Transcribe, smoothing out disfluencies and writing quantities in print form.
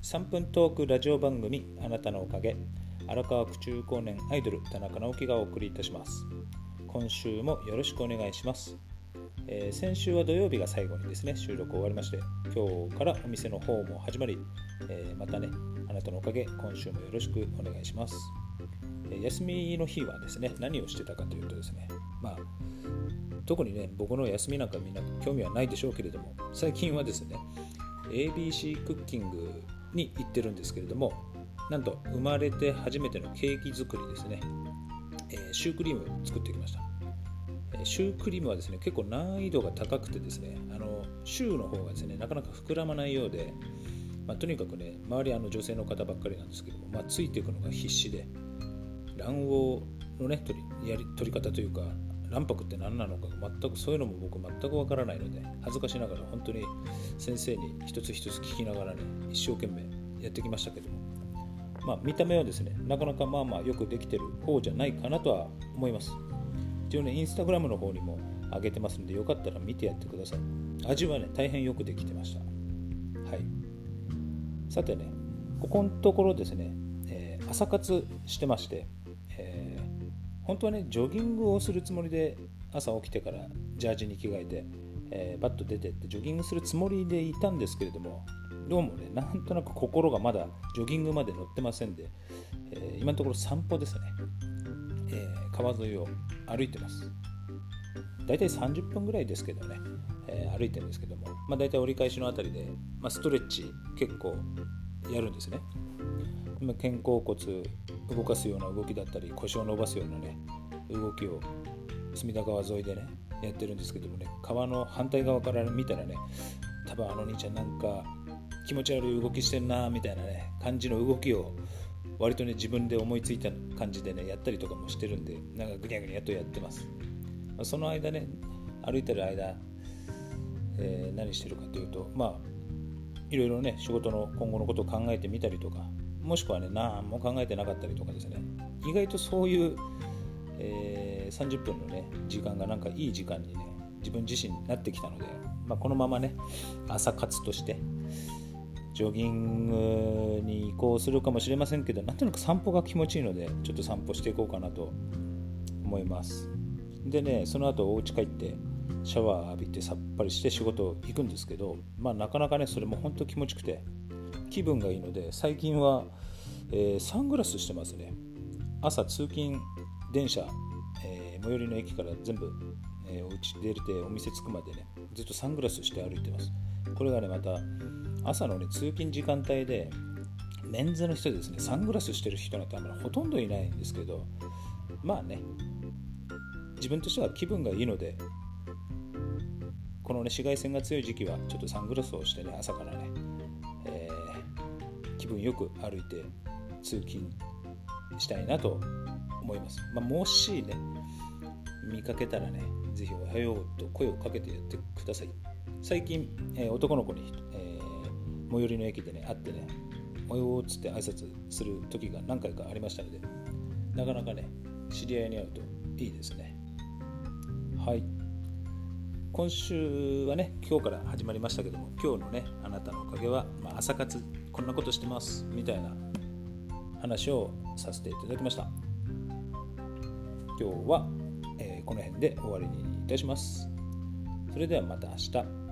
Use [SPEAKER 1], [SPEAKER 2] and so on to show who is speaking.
[SPEAKER 1] 3分トークラジオ番組あなたのおかげ、荒川区中高年アイドル田中直樹がお送りいたします。今週もよろしくお願いします。先週は土曜日が最後にですね収録終わりまして、今日からお店の方も始まり、またねあなたのおかげ今週もよろしくお願いします。休みの日はですね何をしてたかというとですね、特にね僕の休みなんかみんな興味はないでしょうけれども、最近はですね ABC クッキングに行ってるんですけれども、なんと生まれて初めてのケーキ作りですね、シュークリームを作ってきました。シュークリームはですね結構難易度が高くてですね、シューの方がですねなかなか膨らまないようで、とにかくね周り女性の方ばっかりなんですけども、ついていくのが必死で、卵黄のね取り方というか卵白って何なのか全くそういうのも僕全くわからないので、恥ずかしながら本当に先生に一つ一つ聞きながらね一生懸命やってきましたけども、見た目はですねなかなかよくできてる方じゃないかなとは思います。一応ねインスタグラムの方にも上げてますので、よかったら見てやってください。味はね大変よくできてました。はい。さてね、ここのところですね、朝活してまして、本当はねジョギングをするつもりで朝起きてからジャージに着替えて、バッと出てってジョギングするつもりでいたんですけれども、どうもねなんとなく心がまだジョギングまで乗ってませんで、今のところ散歩ですね、川沿いを歩いてます。だいたい30分ぐらいですけどね、歩いてるんですけども、だいたい折り返しのあたりで、ストレッチ結構やるんですね。肩甲骨動かすような動きだったり、腰を伸ばすようなね動きを隅田川沿いでねやってるんですけどもね、川の反対側から見たらね、多分兄ちゃんなんか気持ち悪い動きしてんなみたいなね感じの動きを割とね自分で思いついた感じでねやったりとかもしてるんで、なんかぐにゃぐにゃとやってます。その間ね歩いてる間、何してるかというと、いろいろね仕事の今後のことを考えてみたりとか、もしくはね何も考えてなかったりとかですね、意外とそういう、30分のね時間がなんかいい時間にね自分自身になってきたので、このままね朝活としてジョギングに移行するかもしれませんけど、なんとなく散歩が気持ちいいのでちょっと散歩していこうかなと思います。でね、その後お家帰ってシャワー浴びてさっぱりして仕事行くんですけど、なかなかねそれも本当気持ちよくて気分がいいので、最近は、サングラスしてますね。朝通勤電車、最寄りの駅から全部、お家出てお店着くまでねずっとサングラスして歩いてます。これがねまた朝のね通勤時間帯でメンズの人でですねサングラスしてる人なんてほとんどいないんですけど、自分としては気分がいいので、このね紫外線が強い時期はちょっとサングラスをしてね朝からね、気分よく歩いて通勤したいなと思います。もしね見かけたらねぜひおはようと声をかけてやってください。最近、男の子に、最寄りの駅でね会ってねおはようっつって挨拶する時が何回かありましたので、なかなかね知り合いに会うといいですね。はい、今週はね今日から始まりましたけども、今日のねあなたのおかげは、朝活こんなことしてますみたいな話をさせていただきました。今日は、この辺で終わりにいたします。それではまた明日。